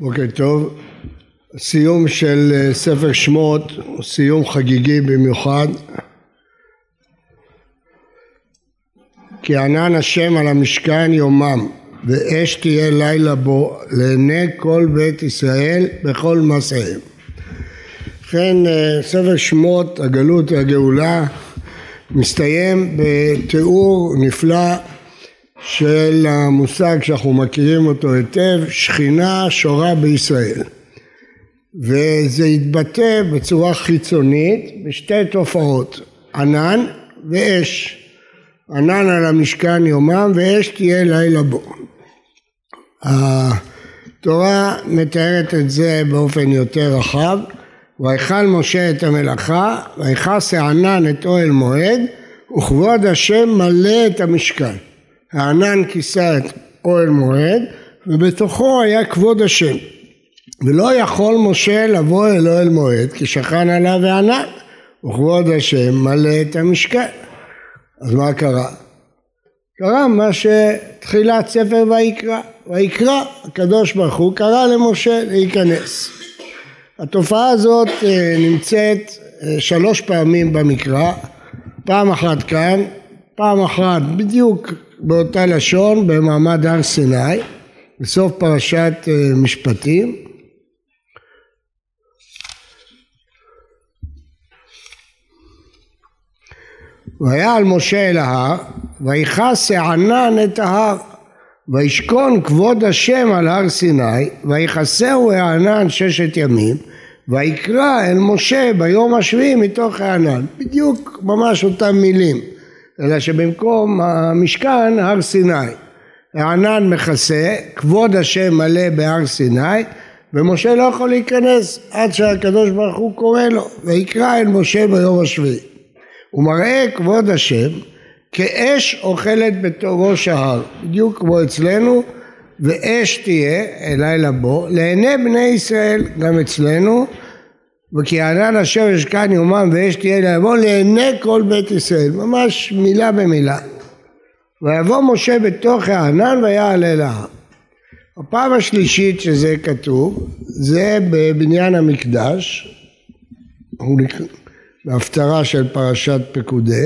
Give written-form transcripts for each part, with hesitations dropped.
בוקר טוב. סיום של ספר שמות הוא סיום חגיגי במיוחד, כי ענן השם על המשכן יומם ואש תהיה לילה בו לעיני כל בית ישראל בכל מסעיהם. לכן ספר שמות הגלות והגאולה מסתיים בתיאור נפלא של המושג שאנחנו מכירים אותו היטב, שכינה שורה בישראל, וזה יתבטא בצורה חיצונית בשתי תופעות, ענן ואש. ענן על המשכן יומם ואש תהיה לילה בו. התורה מתארת את זה באופן יותר רחב. ויכל משה את המלאכה ויכס הענן את אוהל מועד וכבוד השם מלא את המשכן. הענן כיסה את אוהל מועד ובתוכו היה כבוד השם, ולא יכול משה לבוא אל אוהל מועד כי שכן עליו הענן וכבוד השם מלא את המשכן. אז מה קרה? קרה מה שתחילת ספר ויקרא, הקדוש ברוך הוא קרא למשה להיכנס. התופעה הזאת נמצאת 3 פעמים במקרא, פעם אחת כאן, פעם אחת בדיוק באותה לשון במעמד הר סיני, בסוף פרשת משפטים. והיה על משה אל ההר, ויכס הענן את ההר, וישכון כבוד השם על הר סיני, ויכסהו הענן 6 ימים, ויקרא אל משה ביום השביעי מתוך הענן. בדיוק ממש אותם מילים, אלא שבמקום המשכן הר סיני. הענן מכסה, כבוד השם מלא בהר סיני, ומשה לא יכול להיכנס עד שהקדוש ברוך הוא קורא לו, ויקרא אל משה ביום השביעי. הוא מראה כבוד השם כאש אוכלת בתוך ראש ההר, בדיוק כמו אצלנו, ואש תהיה לילה בו לעיני בני ישראל, גם אצלנו, וכי ענן אשר ישכן יומם ואש תהיה לילה בו לעיני כל בית ישראל, ממש מילה במילה. ויבוא משה בתוך הענן ויעלה להר. הפעם השלישית שזה כתוב זה בבניין המקדש, בהפטרה של פרשת פקודי,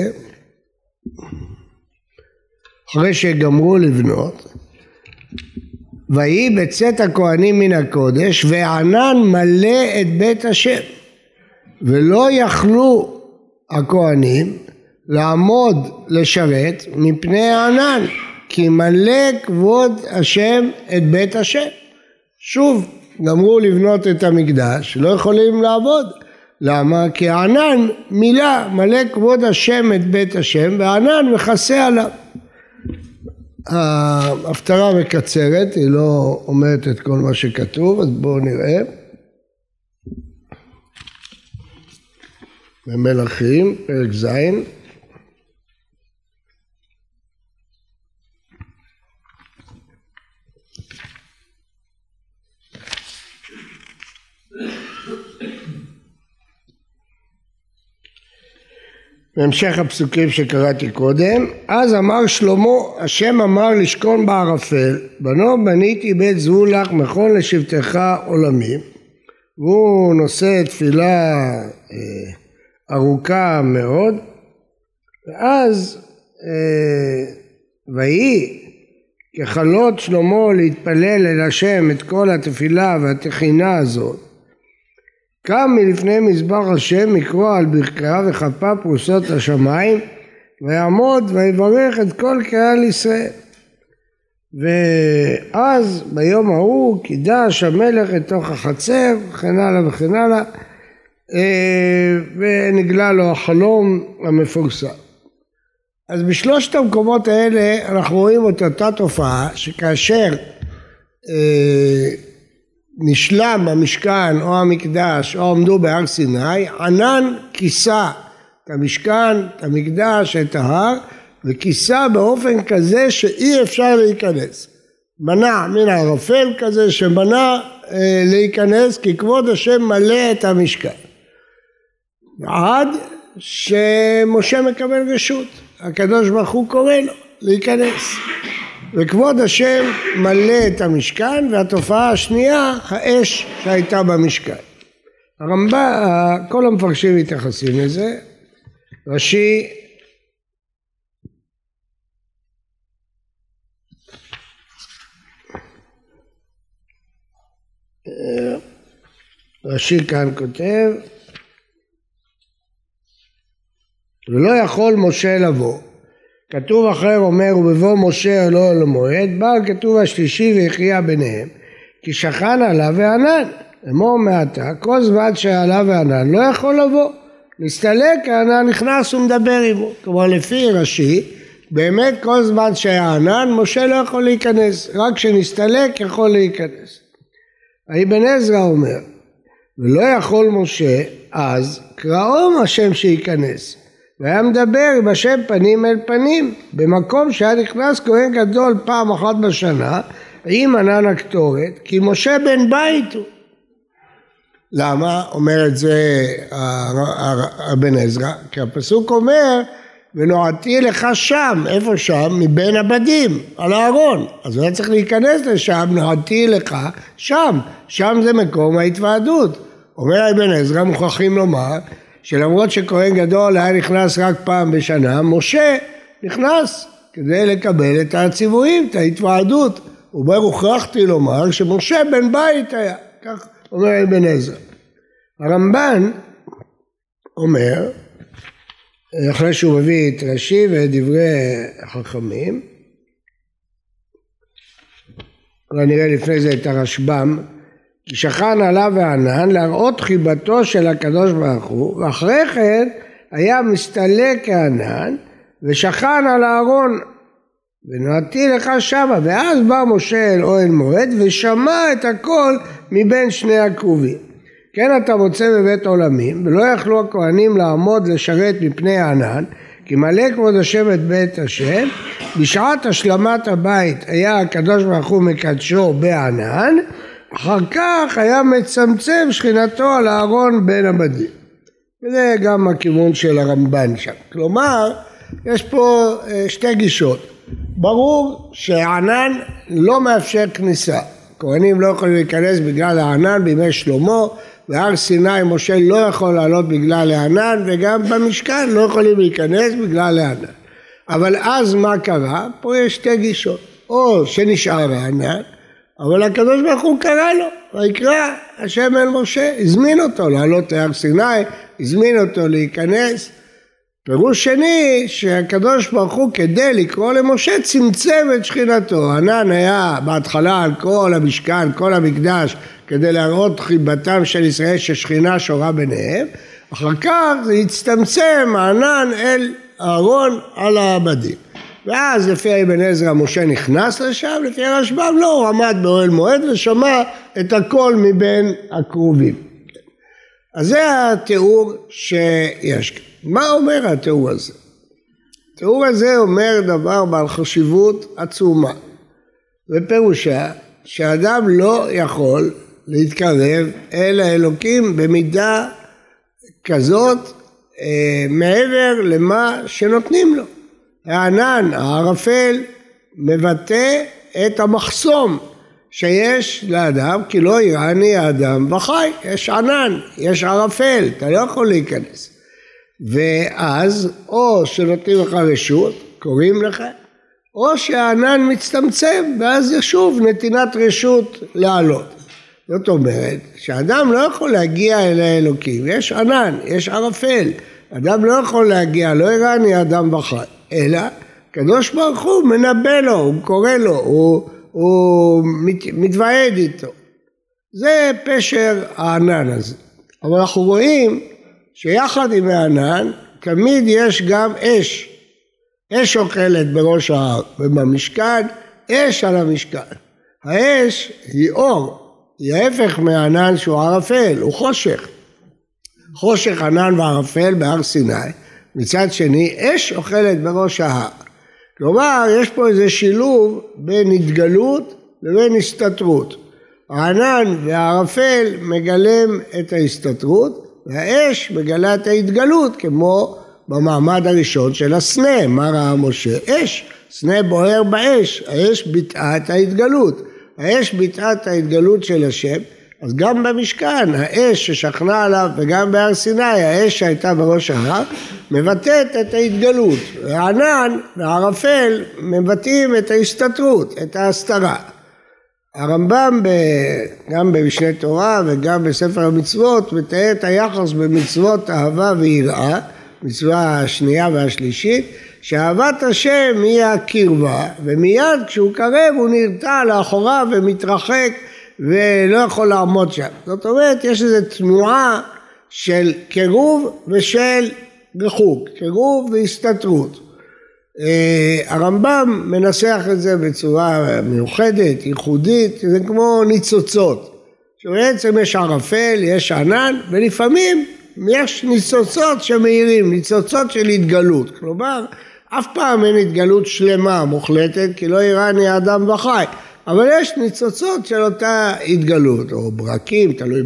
אחרי שגמרו לבנות. ויהי בצאת הכהנים מן הקודש וענן מלא את בית השם, ולא יכלו הכהנים לעמוד לשרת מפני הענן, כי מלא כבוד השם את בית השם. שוב גמרו לבנות את המקדש, לא יכולים לעבוד. למה? כי הענן מלא כבוד השם את בית השם, והענן מכסה עליו. ההפטרה מקצרת, היא לא אומרת את כל מה שכתוב, אז בואו נראה. במלכים, פרק ז'. בהמשך הפסוקים שקראתי קודם, אז אמר שלמה, השם אמר לשכון בערפל, בנו בניתי בית זבולך מכון לשבטך עולמים. והוא נושא תפילה ארוכה מאוד, ואז ויהי ככלות שלמה להתפלל אל השם את כל התפילה והתחינה הזאת, קם מלפני מזבח השם מקרוא על ברכיו וכפה פרוסות השמיים, ויעמוד ויברך את כל קהל ישראל. ואז ביום ההוא קידש המלך את תוך החצר וכן הלאה וכן הלאה, ונגלה לו החלום המפורסם. אז בשלושת המקומות האלה אנחנו רואים את אותה תופעה, שכאשר נשלם המשכן או המקדש או עמדו בהר סיני, ענן כיסה את המשכן, את המקדש, את ההר, וכיסה באופן כזה שאי אפשר להיכנס. מנע מן הערפל כזה שמנע להיכנס, כי כבוד השם מלא את המשכן. עד שמשה מקבל רשות, הקדוש ברוך הוא קורא לו להיכנס. וכבוד השם מלא את המשכן, והתופעה השנייה, האש שהייתה במשכן. הרמב"ם, כל המפרשים מתייחסים לזה. רש"י כאן כותב, ולא יכול משה לבוא. כתוב אחר אומר, ובבוא משה לא למועד, בא כתוב השלישי והכריע ביניהם, כי שכן עליו וענן. אמור מעתה, כל זמן שעליו וענן לא יכול לבוא. נסתלק, הענן נכנס ומדבר עמו. כלומר לפי רש"י, באמת כל זמן שהיה ענן, משה לא יכול להיכנס, רק כשנסתלק יכול להיכנס. אבן עזרא אומר, ולא יכול משה, אז קראום השם שייכנס. והיה מדבר עם השם פנים אל פנים, במקום שהיה נכנס כהן גדול פעם אחת בשנה, עם ענן הקטורת, כי משה בן בית הוא. למה? אומר את זה אבן עזרא, כי הפסוק אומר, ונועדתי לך שם, איפה שם? מבין הבדים, על הארון. אז הוא היה צריך להיכנס לשם, נועדתי לך שם, שם זה מקום ההתוועדות. אומר אבן עזרא, מוכרחים לומר, שלמרות שכהן גדול היה נכנס רק פעם בשנה, משה נכנס כדי לקבל את הציוויים, את ההתוועדות. הוא אומר, הוכרחתי לומר שמשה בן בית היה, כך אומר אבן עזרא. הרמב"ן אומר, אחרי שהוא מביא את רש"י ואת דברי החכמים, ונראה לפני זה את הרשב"ם, כי שכן עליו וענן להראות חיבתו של הקדוש ברוך הוא, ואחרי כן היה מסתלק הענן ושכן על הארון, ונועדתי לך שמה. ואז בא משה אל אוהל מועד ושמע את הכל מבין שני הכרובים. כן אתה מוצא בבית עולמים, ולא יכלו הכהנים לעמוד לשרת מפני הענן, כי מלא כבוד השם את בית השם. בשעת השלמת הבית היה הקדוש ברוך הוא מקדשו בענן, אחר כך היה מצמצם שכינתו על הארון בין הבדים. וזה גם הכיוון של הרמב"ן שם. כלומר, יש פה שתי גישות. ברור שהענן לא מאפשר כניסה. כהנים לא יכולים להיכנס בגלל הענן בימי שלמה, בהר סיני משה לא יכול לעלות בגלל הענן, וגם במשכן לא יכולים להיכנס בגלל הענן. אבל אז מה קרה? פה יש שתי גישות. או שנשאר הענן, אבל הקדוש ברוך הוא קרא לו, ויקרא השם אל משה, הזמין אותו לעלות להר סיני, הזמין אותו להיכנס. פירוש שני, שהקדוש ברוך הוא כדי לקרוא למשה צמצם את שכינתו. הענן היה בהתחלה על כל המשכן, כל המקדש, כדי להראות חיבתם של ישראל ששכינה שורה ביניהם. אחר כך זה הצטמצם הענן אל הארון על הבדים. ואז לפי אבן עזרא משה נכנס לשם, לפי הרשב"ם לא, הוא עמד באוהל מועד ושמע את הכל מבין הכרובים. אז זה התיאור שיש. מה אומר התיאור הזה? התיאור הזה אומר דבר בעל חשיבות עצומה. ופירושה שאדם לא יכול להתקרב אל האלוקים במידה כזאת מעבר למה שנותנים לו. הענן, הערפל, מבטא את המחסום שיש לאדם, כי לא יראני האדם וחי. יש ענן, יש ערפל, אתה לא יכול להיכנס. ואז או שנותנים לך רשות, קוראים לך, או שהענן מצטמצם, ואז יש שוב נתינת רשות לעלות. זאת אומרת, שאדם לא יכול להגיע אל האלוקים, יש ענן, יש ערפל, אדם לא יכול להגיע, לא יראני האדם וחי, אלא קדוש ברוך הוא מנבא לו, הוא קורא לו, הוא מתוועד איתו. זה פשר הענן הזה. אבל אנחנו רואים שיחד עם הענן תמיד יש גם אש. אש אוכלת בראש ההר ובמשכן, אש על המשכן. האש היא אור, היא ההפך מהענן שהוא ערפל, הוא חושך. חושך, ענן וערפל בהר סיני. מצד שני, אש אוכלת בראש ההר. כלומר, יש פה איזה שילוב בין התגלות לבין הסתתרות. הענן והערפל מגלם את ההסתתרות, והאש מגלה את ההתגלות, כמו במעמד הראשון של הסנה. מה ראה משה? אש. סנה בוער באש, האש ביטאה את ההתגלות. האש ביטאה את ההתגלות של השם, אז גם במשכן, האש ששכנה עליו וגם בהר סיני, האש שהייתה בראש ההר, מבטאת את ההתגלות. והענן והערפל מבטאים את ההסתתרות, את ההסתרה. הרמב"ם גם במשנה תורה וגם בספר המצוות מתאר את היחס במצוות אהבה ויראה, מצווה השנייה והשלישית, שאהבת השם היא הקרבה, ומיד כשהוא קרב הוא נרתע לאחוריו ומתרחק ולא יכול לעמוד שם. זאת אומרת, יש איזו תנועה של קירוב ושל ריחוק, קירוב והסתתרות. הרמב"ם מנסח את זה בצורה מיוחדת, ייחודית, זה כמו ניצוצות. שבעצם יש ערפל, יש ענן, ולפעמים יש ניצוצות שמאירים, ניצוצות של התגלות. כלומר, אף פעם אין התגלות שלמה, מוחלטת, כי לא יראני האדם וחי. אבל יש ניצוצות של אותה התגלות, או ברקים, תלוי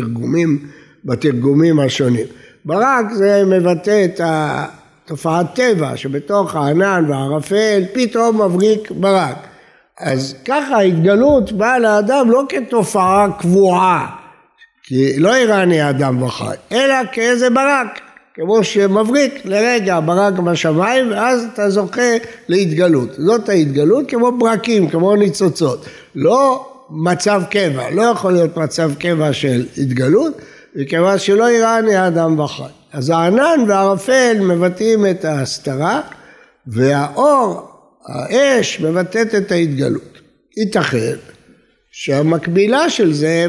בתרגומים השונים. ברק זה מבטא את תופעת טבע, שבתוך הענן והערפל פתאום מבריק ברק. אז ככה ההתגלות באה לאדם לא כתופעה קבועה, כי לא יראני האדם וחי, אלא כאיזה ברק, כמו שמבריק לרגע ברק בשמיים, ואז אתה זוכה להתגלות. זאת ההתגלות כמו ברקים, כמו ניצוצות. לא מצב קבע, לא יכול להיות מצב קבע של התגלות, וכיוון שלא יראני האדם וחי. אז הענן והערפל מבטאים את ההסתרה, והאור, האש, מבטאת את ההתגלות. ייתכן שהמקבילה של זה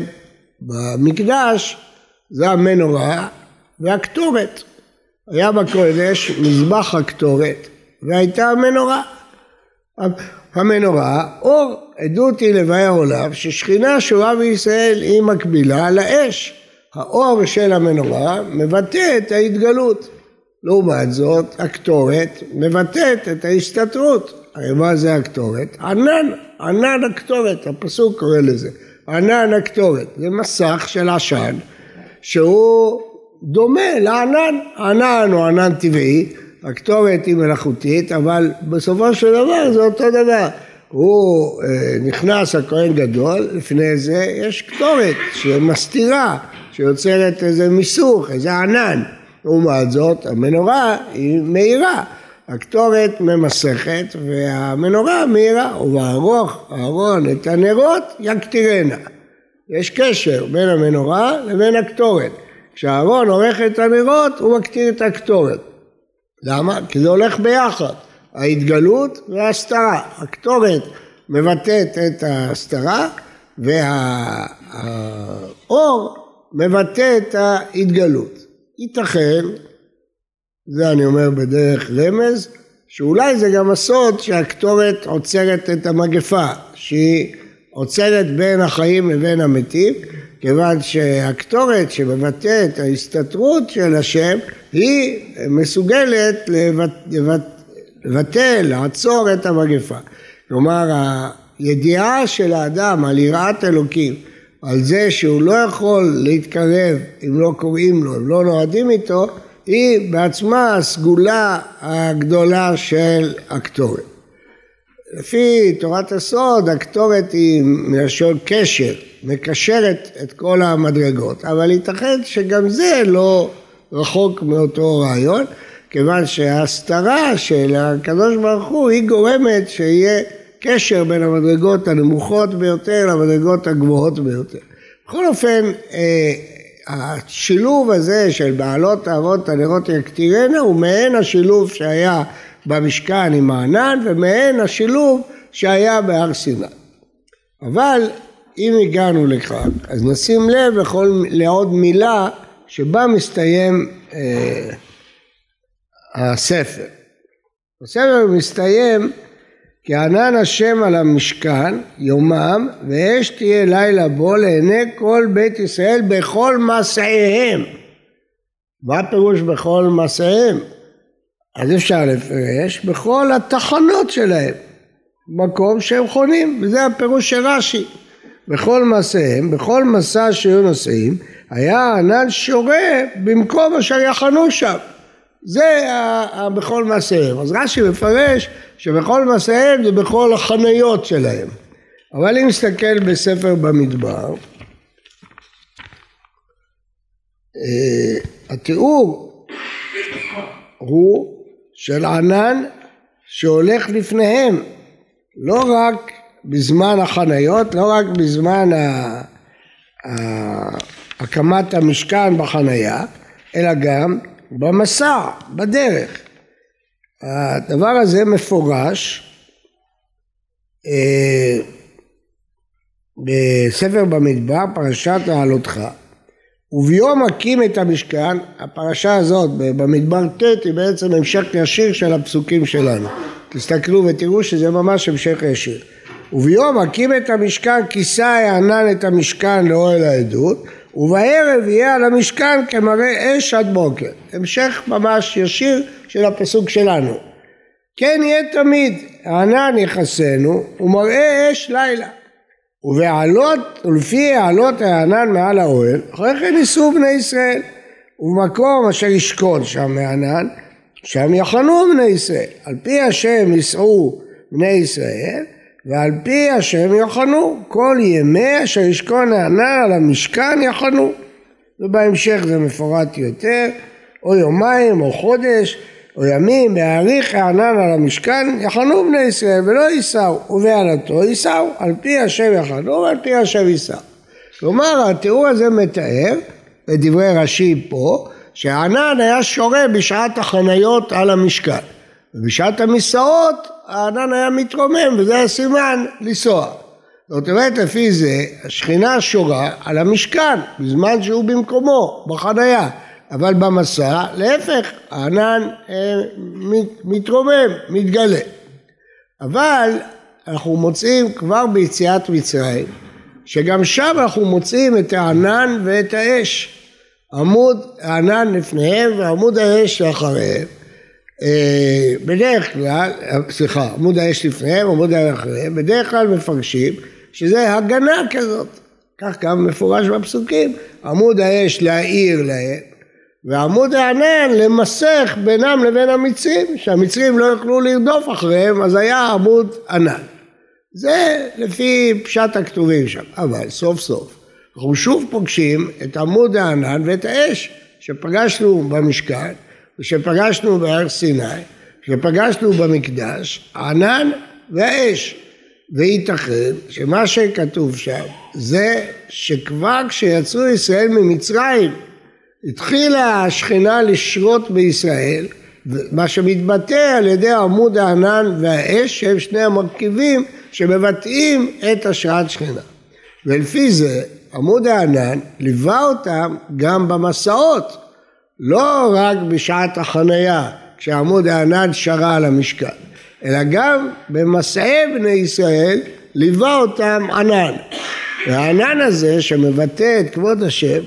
במקדש זה המנורה והקטורת. היה בקודש מזבח הקטורת והייתה המנורה. המנורה, אור, עדות היא לבאר עולם ששכינה שורה בישראל היא מקבילה לאש. האור של המנורה מבטא את ההתגלות. לעומת זאת, הקטורת מבטאת את ההסתתרות. הרי מה זה הקטורת? ענן, ענן הקטורת, הפסוק קורא לזה. ענן הקטורת, זה מסך של עשן שהוא דומה לענן. ענן הוא ענן טבעי, הקטורת היא מלאכותית, אבל בסופו של דבר זה אותו דבר. הוא נכנס הכהן גדול, לפני זה יש קטורת שמסתירה, שיוצרת איזה מיסוך, איזה ענן. לעומת זאת, המנורה היא מהירה. הקטורת ממסכת והמנורה מהירה, ובערוך הארון את הנרות יקטירנה. יש קשר בין המנורה לבין הקטורת. כשהארון עורך את הנרות הוא מקטיר את הקטורת. למה? כי זה הולך ביחד. ההתגלות וההסתרה. הקטורת מבטאת את ההסתרה והאור מבטא את ההתגלות. ייתכן, זה אני אומר בדרך רמז, שאולי זה גם הסוד שהקטורת עוצרת את המגפה, שהיא עוצרת בין החיים לבין המתים, כיוון שהקטורת שמבטא את ההסתתרות של השם, היא מסוגלת לבטל, לעצור את המגפה. כלומר, הידיעה של האדם על יראת אלוקים, על זה שהוא לא יכול להתקרב אם לא קוראים לו, אם לא נועדים איתו, היא בעצמה הסגולה הגדולה של הקטורת. לפי תורת הסוד, הקטורת היא מלשון קשר, מקשרת את כל המדרגות, אבל ייתכן שגם זה לא רחוק מאותו רעיון, כיוון שההסתרה של הקדוש ברוך הוא היא גורמת שיהיה קשר בין המדרגות הנמוכות ביותר למדרגות הגבוהות ביותר. בכל אופן, השילוב הזה של בעלות אהבות הנרות יקטירנה הוא מעין השילוב שהיה במשכן עם הענן ומעין השילוב שהיה בהר סיני. אבל אם הגענו לכאן, אז נשים לב לעוד מילה שבה מסתיים הספר. הספר מסתיים כי ענן השם על המשכן יומם ואש תהיה לילה בו לעיני כל בית ישראל בכל מסעיהם. מה פירוש בכל מסעיהם? אז אפשר לפרש בכל התחנות שלהם, מקום שהם חונים, וזה הפירוש של רש"י. בכל מסעיהם, בכל מסע שהיו נוסעים, היה ענן שורה במקום אשר יחנו שם. זה בכל מעשיהם. אז רש"י מפרש שבכל מעשיהם זה בכל החניות שלהם. אבל אם נסתכל בספר במדבר, התיאור הוא של ענן שהולך לפניהם, לא רק בזמן החניות, לא רק בזמן הקמת המשכן בחניה, אלא גם במסע, בדרך. הדבר הזה מפורש בספר במדבר, פרשת העלותך. וביום הקים את המשכן, הפרשה הזאת במדבר ט' היא בעצם המשך ישיר של הפסוקים שלנו. תסתכלו ותראו שזה ממש המשך ישיר. וביום הקים את המשכן כיסה הענן את המשכן לאוהל העדות, ובערב יהיה על המשכן כמראה אש עד בוקר. המשך ממש ישיר של הפסוק שלנו. כן יהיה תמיד, הענן יכסנו ומראה אש לילה. ובעלות, ולפי העלות הענן מעל האוהל, אחרי כן ייסעו בני ישראל. ובמקום אשר ישכון שם הענן, שם יחנו בני ישראל. על פי השם ייסעו בני ישראל, ועל פי השם יחנו. כל ימי אשר ישכון הענן על המשכן יחנו. ובהמשך זה מפורט יותר, או יומיים או חודש, או ימים, בהאריך הענן על המשכן, יחנו בני ישראל ולא ייסעו, ובעלתו ייסעו, על פי השם יחנו ועל פי השם ייסעו. כלומר, התיאור הזה מתאר, בדברי רש"י פה, שהענן היה שורה בשעת החניות על המשכן, ובשעת המסעות הענן היה מתרומם, וזה הסימן לנסוע. זאת אומרת, לפי זה, השכינה שורה על המשכן, בזמן שהוא במקומו, בחניה. אבל במסע, להפך, הענן מתרומם, מתגלה. אבל אנחנו מוצאים כבר ביציאת מצרים, שגם שם אנחנו מוצאים את הענן ואת האש. עמוד הענן לפניהם ועמוד האש לאחריהם. בדרך כלל, עמוד האש לפניהם, עמוד האש לאחריהם, בדרך כלל מפרשים שזה הגנה כזאת. כך גם מפורש בפסוקים, עמוד האש להאיר להם, ועמוד הענן למסך בינם לבין המצרים, שהמצרים לא יוכלו לרדוף אחריהם, אז היה עמוד ענן. זה לפי פשט הכתובים שם, אבל סוף סוף אנחנו שוב פוגשים את עמוד הענן ואת האש שפגשנו במשכן, ושפגשנו בהר סיני, שפגשנו במקדש, הענן והאש. וייתכן שמה שכתוב שם זה שכבר כשיצאו ישראל ממצרים, התחילה השכינה לשרות בישראל, מה שמתבטא על ידי עמוד הענן והאש, שהם שני המרכיבים שמבטאים את השראת שכינה. ולפי זה עמוד הענן ליווה אותם גם במסעות, לא רק בשעת החניה כשעמוד הענן שרה על המשכן, אלא גם במסעי בני ישראל ליווה אותם ענן. והענן הזה שמבטא את כבוד השם,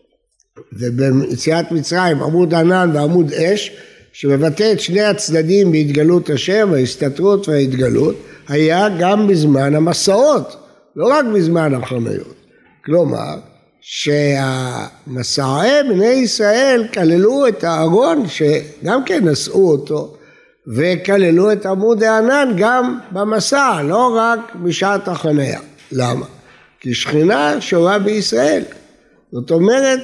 וביציאת מצרים עמוד ענן ועמוד אש, שמבטא את שני הצדדים בהתגלות השם, ההסתתרות וההתגלות, היה גם בזמן המסעות, לא רק בזמן החניות. כלומר, שהמסעי בני ישראל כללו את הארון שגם כן נשאו אותו, וכללו את עמוד הענן גם במסע, לא רק בשעת החניה. למה? כי שכינה שורה בישראל. זאת אומרת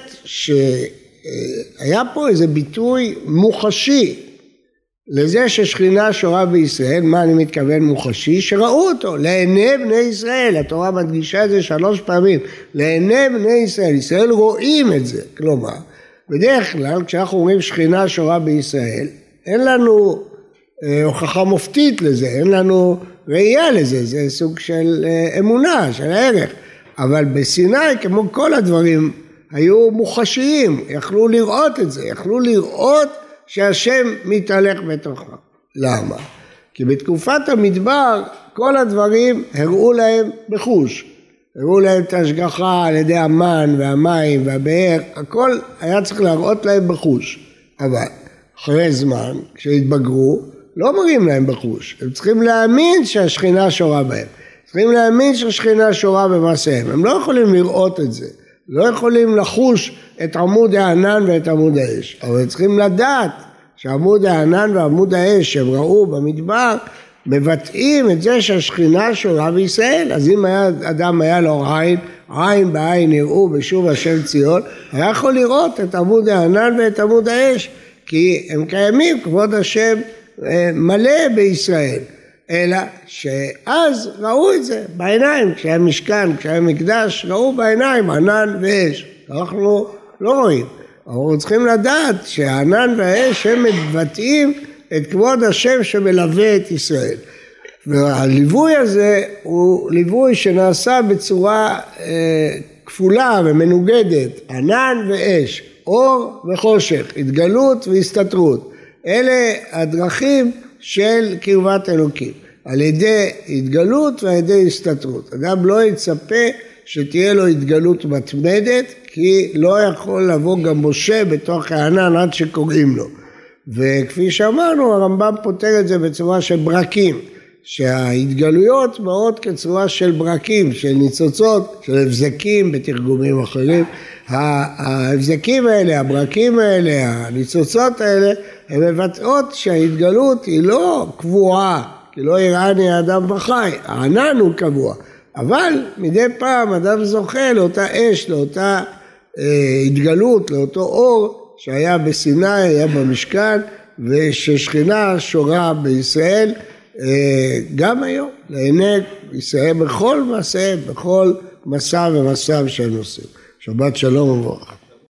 שהיה פה איזה ביטוי מוחשי לזה ששכינה שורה בישראל. מה אני מתכוון מוחשי? שראו אותו לעיני בני ישראל. התורה מדגישה את זה 3 פעמים, לעיני בני ישראל. ישראל רואים את זה. כלומר, בדרך כלל כשאנחנו אומרים שכינה שורה בישראל, אין לנו הוכחה מופתית לזה, אין לנו ראייה לזה, זה סוג של אמונה, של הערך. אבל בסיני, כמו כל הדברים, היו מוחשיים, יכלו לראות את זה, יכלו לראות שהשם מתהלך בתוכם. למה? כי בתקופת המדבר כל הדברים הראו להם בחוש. הראו להם את ההשגחה על ידי המן והמים והבאר, הכל היה צריך להראות להם בחוש. אבל אחרי זמן, כשהתבגרו, לא מראים להם בחוש. הם צריכים להאמין שהשכינה שורה בהם. צריכים להאמין שהשכינה שורה במעשיהם. הם לא יכולים לראות את זה. לא יכולים לחוש את עמוד הענן ואת עמוד האש. אבל צריכים לדעת שעמוד הענן ועמוד האש שהם ראו במדבר, מבטאים את זה שהשכינה שורה בישראל. אז אם אדם היה לו עין בעין יראו בשוב השם ציון, היה יכול לראות את עמוד הענן ואת עמוד האש, כי הם קיימים, כבוד השם מלא בישראל. אלא שאז ראו את זה בעיניים, כשהיה משכן, כשהיה מקדש, ראו בעיניים ענן ואש. אנחנו לא רואים. אנחנו צריכים לדעת שהענן והאש הם מבטאים את כבוד השם שמלווה את ישראל. והליווי הזה הוא ליווי שנעשה בצורה כפולה ומנוגדת, ענן ואש, אור וחושך, התגלות והסתתרות. אלה הדרכים של קרבת אלוקים, על ידי התגלות ועל ידי הסתתרות. אדם לא יצפה שתהיה לו התגלות מתמדת, כי לא יכול לבוא גם משה בתוך הענן עד שקוראים לו. וכפי שאמרנו, הרמב"ם פותר את זה בצורה של ברקים, שההתגלויות באות כצורה של ברקים, של ניצוצות, של הבזקים בתרגומים אחרים. ההבזקים האלה, הברקים האלה, הניצוצות האלה, הן מבטאות שההתגלות היא לא קבועה, כי לא יראני האדם בחי, הענן הוא קבוע. אבל מדי פעם אדם זוכה לאותה אש, לאותה התגלות, לאותו אור שהיה בסיני, היה במשכן, וששכינה שורה בישראל גם היום, לעיני ישראל בכל מעשה, בכל מסע ומסע שהם עושים. שבת שלום וברכה.